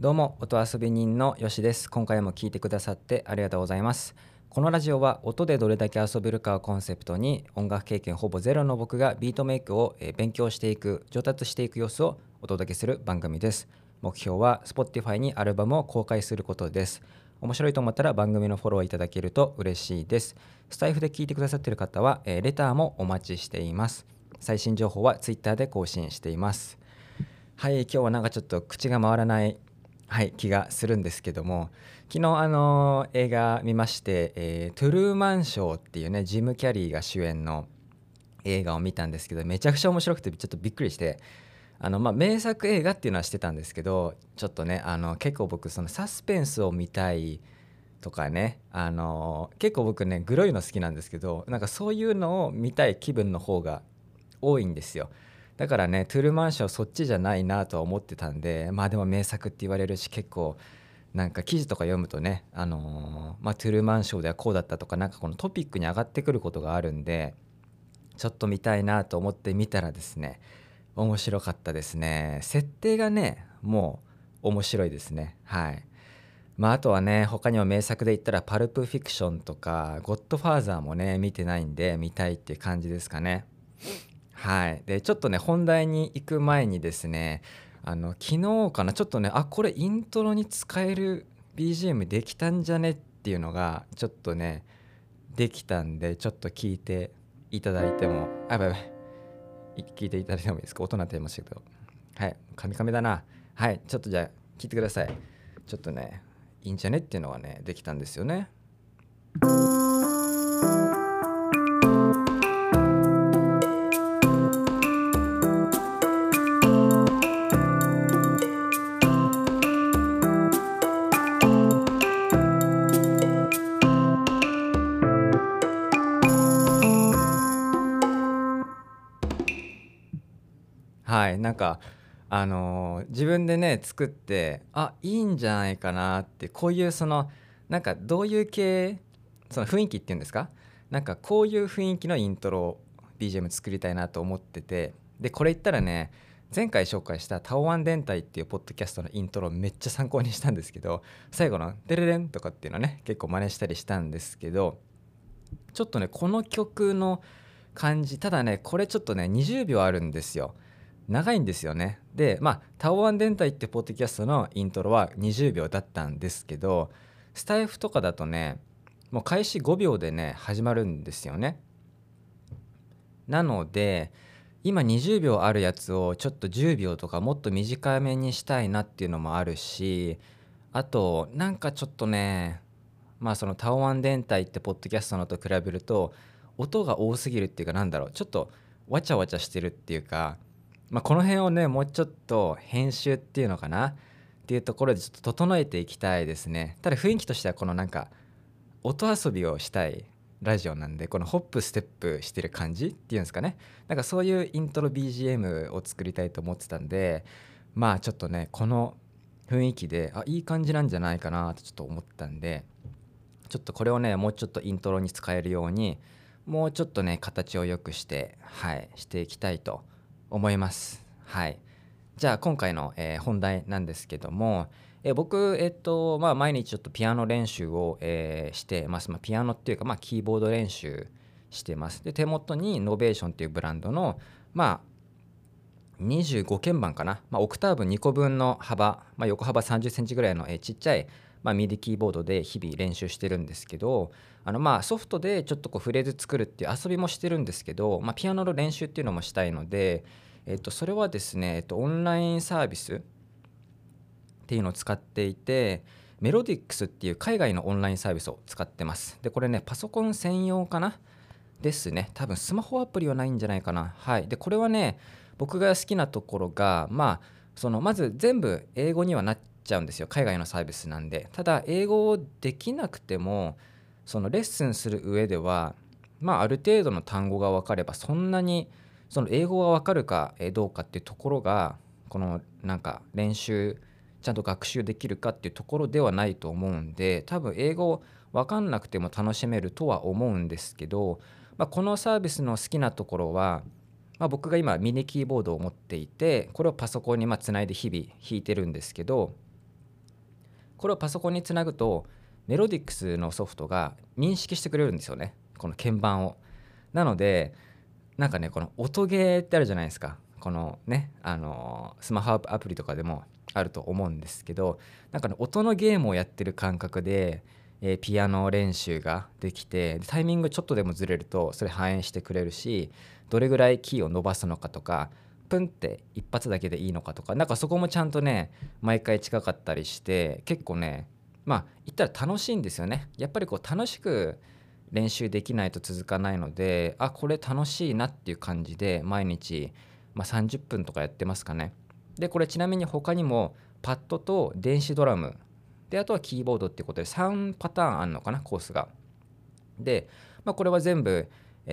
どうも音遊び人のよしです。今回も聞いてくださってありがとうございます。このラジオは音でどれだけ遊べるかをコンセプトに、音楽経験ほぼゼロの僕がビートメイクを勉強していく、上達していく様子をお届けする番組です。目標は Spotify にアルバムを公開することです。面白いと思ったら番組のフォローいただけると嬉しいです。スタイフで聞いてくださっている方はレターもお待ちしています。最新情報は Twitter で更新しています。はい、今日はなんかちょっと口が回らない気がするんですけども、昨日映画見まして、トゥルーマンショーっていうね、ジム・キャリーが主演の映画を見たんですけど、めちゃくちゃ面白くてちょっとびっくりして、名作映画っていうのはしてたんですけど、ちょっとね結構僕そのサスペンスを見たいとかね、結構僕ねグロいの好きなんですけど、なんかそういうのを見たい気分の方が多いんですよ。だからねトゥルーマンショーそっちじゃないなとは思ってたんで、まあでも名作って言われるし、結構なんか記事とか読むとね、トゥルーマンショーではこうだったとか、なんかこのトピックに上がってくることがあるんで、ちょっと見たいなと思って見たらですね、面白かったですね。設定がねもう面白いですね。はい。あとはね、他にも名作で言ったらパルプフィクションとかゴッドファーザーもね見てないんで見たいっていう感じですかね。はい。でちょっとね本題に行く前にですね、昨日かな、ちょっとねこれイントロに使える BGM できたんじゃねっていうのがちょっとねできたんで、ちょっと聞いていただいても、やばいやばい、聞いていただいてもいいですか？音鳴ってましたけど、はい、カミカミだな。はい、ちょっとじゃあ聞いてください。ちょっとねいいんじゃねっていうのがねできたんですよね。はい、なんか自分でね作って、いいんじゃないかなって、こういうそのなんかどういう系、その雰囲気っていうんですか、なんかこういう雰囲気のイントロ BGM 作りたいなと思ってて、でこれ言ったらね、前回紹介したタオワン電台っていうポッドキャストのイントロめっちゃ参考にしたんですけど、最後のデレレンとかっていうのね結構真似したりしたんですけど、ちょっとねこの曲の感じ、ただねこれちょっとね20秒あるんですよ。長いんですよね。でタオワン電台ってポッドキャストのイントロは20秒だったんですけど、スタイフとかだとねもう開始5秒でね始まるんですよね。なので今20秒あるやつをちょっと10秒とかもっと短めにしたいなっていうのもあるし、あとなんかちょっとね、そのタオワン電台ってポッドキャストのと比べると音が多すぎるっていうか、なんだろう、ちょっとわちゃわちゃしてるっていうか、この辺をねもうちょっと編集っていうのかなっていうところでちょっと整えていきたいですね。ただ雰囲気としてはこのなんか音遊びをしたいラジオなんで、このホップステップしてる感じっていうんですかね、なんかそういうイントロ BGM を作りたいと思ってたんで、ちょっとねこの雰囲気でいい感じなんじゃないかなとちょっと思ったんで、ちょっとこれをねもうちょっとイントロに使えるようにもうちょっとね形を良くして、していきたいと思います。はい。じゃあ今回の、本題なんですけども、僕毎日ちょっとピアノ練習を、してます。ピアノっていうかキーボード練習してます。で手元にノベーションっていうブランドの25鍵盤かな、オクターブ2個分の幅、横幅30センチぐらいの、ちっちゃい、ミディキーボードで日々練習してるんですけど、ソフトでちょっとこうフレーズ作るっていう遊びもしてるんですけど、ピアノの練習っていうのもしたいので、それはですね、オンラインサービスっていうのを使っていて、メロディックスっていう海外のオンラインサービスを使ってます。でこれねパソコン専用かなですね。多分スマホアプリはないんじゃないかな。はい。でこれはね僕が好きなところが、まず全部英語にはなっちゃうんですよ、海外のサービスなんで。ただ英語できなくてもそのレッスンする上では、ある程度の単語が分かれば、そんなにその英語が分かるかどうかっていうところが、このなんか練習ちゃんと学習できるかっていうところではないと思うんで、多分英語分かんなくても楽しめるとは思うんですけど、このサービスの好きなところは、僕が今ミニキーボードを持っていて、これをパソコンにつないで日々弾いてるんですけど、 これをパソコンにつなぐとメロディックスのソフトが認識してくれるんですよね、この鍵盤を。なのでなんかね、この音ゲーってあるじゃないですか。このね、スマホアプリとかでもあると思うんですけど、なんかね、音のゲームをやってる感覚で、ピアノ練習ができて、タイミングちょっとでもずれるとそれ反映してくれるし、どれぐらいキーを伸ばすのかとか、プンって一発だけでいいのかとか、なんかそこもちゃんとね、毎回近かったりして、結構ね、まあ言ったら楽しいんですよね。やっぱりこう楽しく練習できないと続かないので、あ、これ楽しいなっていう感じで毎日、30分とかやってますかね。でこれちなみに他にもパッドと電子ドラムで、あとはキーボードっていうことで3パターンあるのかな、コースが。で、これは全部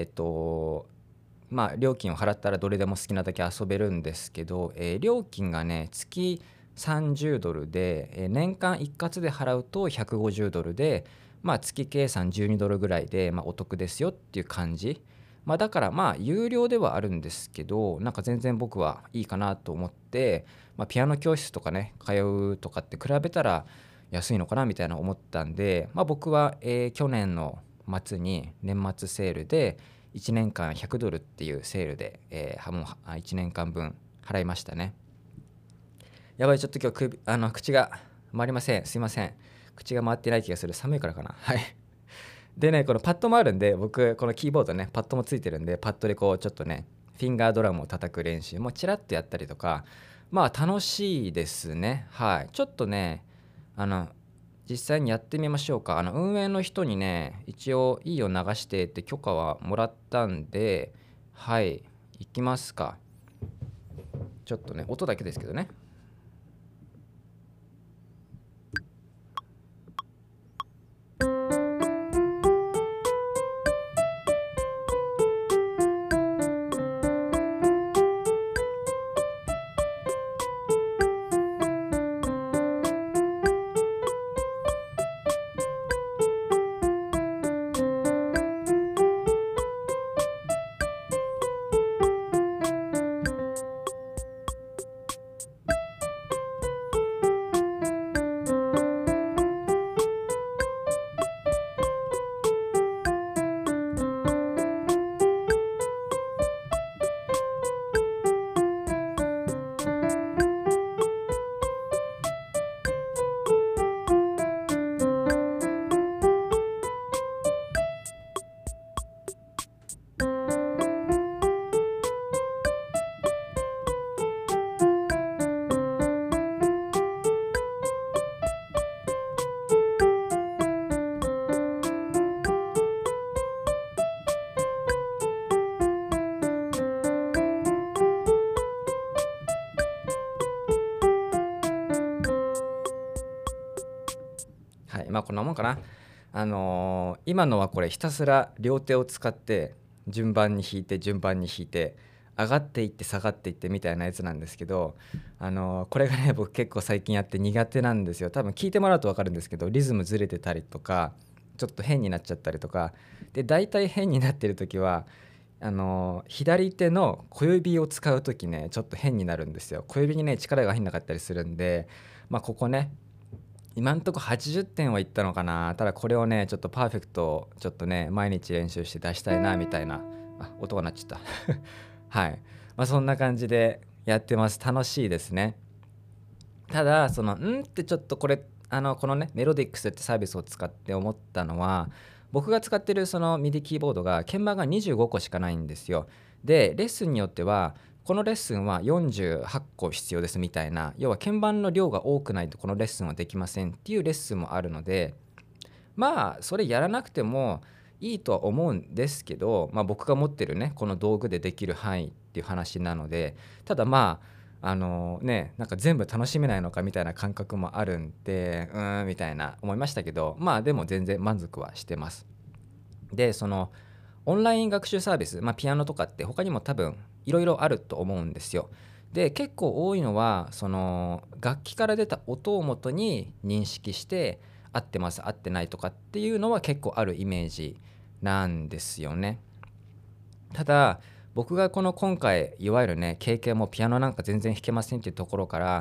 料金を払ったらどれでも好きなだけ遊べるんですけど、料金がね月$30で、年間一括で払うと$150で、月計算$12ぐらいで、お得ですよっていう感じ。だから有料ではあるんですけど、なんか全然僕はいいかなと思って、ピアノ教室とかね通うとかって比べたら安いのかなみたいな思ったんで、僕は、去年の末に年末セールで1年間$100っていうセールで、もう1年間分払いましたね。やばい、ちょっと今日口が回りません。すいません。口が回ってない気がする。寒いからかな。はい。でね、このパッドもあるんで、僕このキーボードねパッドもついてるんで、パッドでこうちょっとねフィンガードラムを叩く練習もちらっとやったりとか、楽しいですね。はい。ちょっとね実際にやってみましょうか。運営の人にね一応いいよ流してって許可はもらったんで、はい、行きますか。ちょっとね音だけですけどね。はい、こんなもんかな。今のはこれひたすら両手を使って順番に弾いて順番に弾いて上がっていって下がっていってみたいなやつなんですけど、これがね僕結構最近やって苦手なんですよ。多分聞いてもらうと分かるんですけど、リズムずれてたりとかちょっと変になっちゃったりとかで、大体変になってる時は左手の小指を使う時ねちょっと変になるんですよ。小指にね力が入んなかったりするんで、ここね今んとこ80点はいったのかな。ただこれをねちょっとパーフェクトをちょっとね毎日練習して出したいなみたいな。音が鳴っちゃったはい、そんな感じでやってます。楽しいですね。ただそのってちょっとこれこのねメロディックスってサービスを使って思ったのは、僕が使ってるその MIDI キーボードが鍵盤が25個しかないんですよ。でレッスンによってはこのレッスンは48個必要ですみたいな、要は鍵盤の量が多くないとこのレッスンはできませんっていうレッスンもあるので、それやらなくてもいいとは思うんですけど、僕が持ってるねこの道具でできる範囲っていう話なので、ただなんか全部楽しめないのかみたいな感覚もあるんでみたいな思いましたけど、でも全然満足はしてます。でそのオンライン学習サービス、ピアノとかって他にも多分いろいろあると思うんですよ。で結構多いのはその楽器から出た音をもとに認識して合ってます合ってないとかっていうのは結構あるイメージなんですよね。ただ僕がこの今回いわゆるね経験もピアノなんか全然弾けませんっていうところから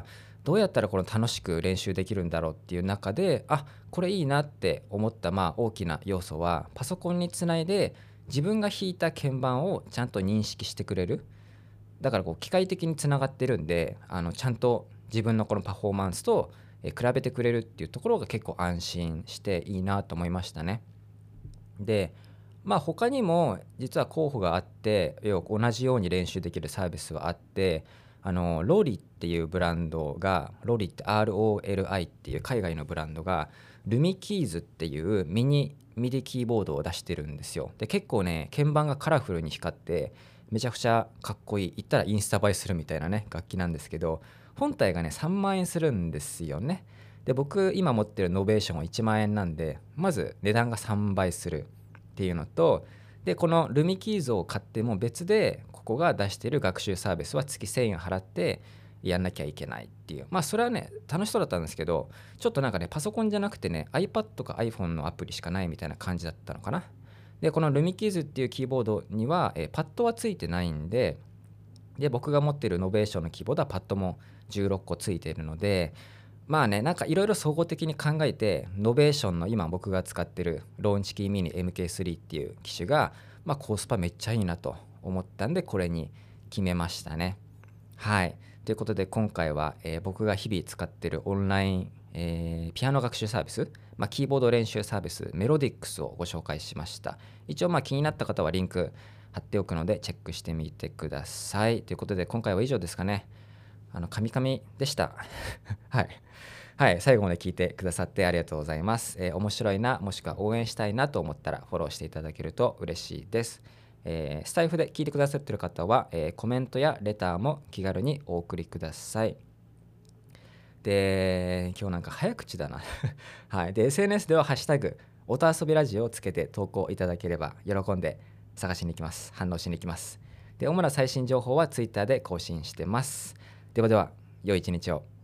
どうやったらこの楽しく練習できるんだろうっていう中で、これいいなって思った、大きな要素は、パソコンにつないで自分が弾いた鍵盤をちゃんと認識してくれる。だからこう機械的につながってるんで、ちゃんと自分のこのパフォーマンスと比べてくれるっていうところが結構安心していいなと思いましたね。で、他にも実は候補があって、要は同じように練習できるサービスはあって、ロリっていうブランドが、ロリって ROLI っていう海外のブランドが、ルミキーズっていうミディキーボードを出してるんですよ。で、結構ね、鍵盤がカラフルに光って、めちゃくちゃかっこいい。言ったらインスタ映えするみたいなね、楽器なんですけど、本体がね、3万円するんですよね。で、僕、今持ってるノベーションは1万円なんで、まず値段が3倍するっていうのと、でこのルミキーズを買っても別でここが出している学習サービスは月1000円払ってやんなきゃいけないっていう、それはね楽しそうだったんですけど、ちょっとなんかねパソコンじゃなくてね iPad か iPhone のアプリしかないみたいな感じだったのかな。でこのルミキーズっていうキーボードには、パッドはついてないんで、僕が持っているノベーションのキーボードはパッドも16個ついているので、なんかいろいろ総合的に考えて、ノベーションの今僕が使ってるローンチキーミニ MK3 っていう機種が、コスパめっちゃいいなと思ったんで、これに決めましたね。はい。ということで今回は、僕が日々使ってるオンライン、ピアノ学習サービス、キーボード練習サービスメロディックスをご紹介しました。一応気になった方はリンク貼っておくのでチェックしてみてください。ということで今回は以上ですかね。カミカミでしたはい。はい、最後まで聞いてくださってありがとうございます。面白いな、もしくは応援したいなと思ったらフォローしていただけると嬉しいです。スタイフで聞いてくださっている方は、コメントやレターも気軽にお送りください。で、今日なんか早口だなはい。で、SNS ではハッシュタグ、音遊びラジオをつけて投稿いただければ喜んで探しに行きます。反応しに行きます。で、主な最新情報は Twitter で更新してます。ではでは、良い一日を。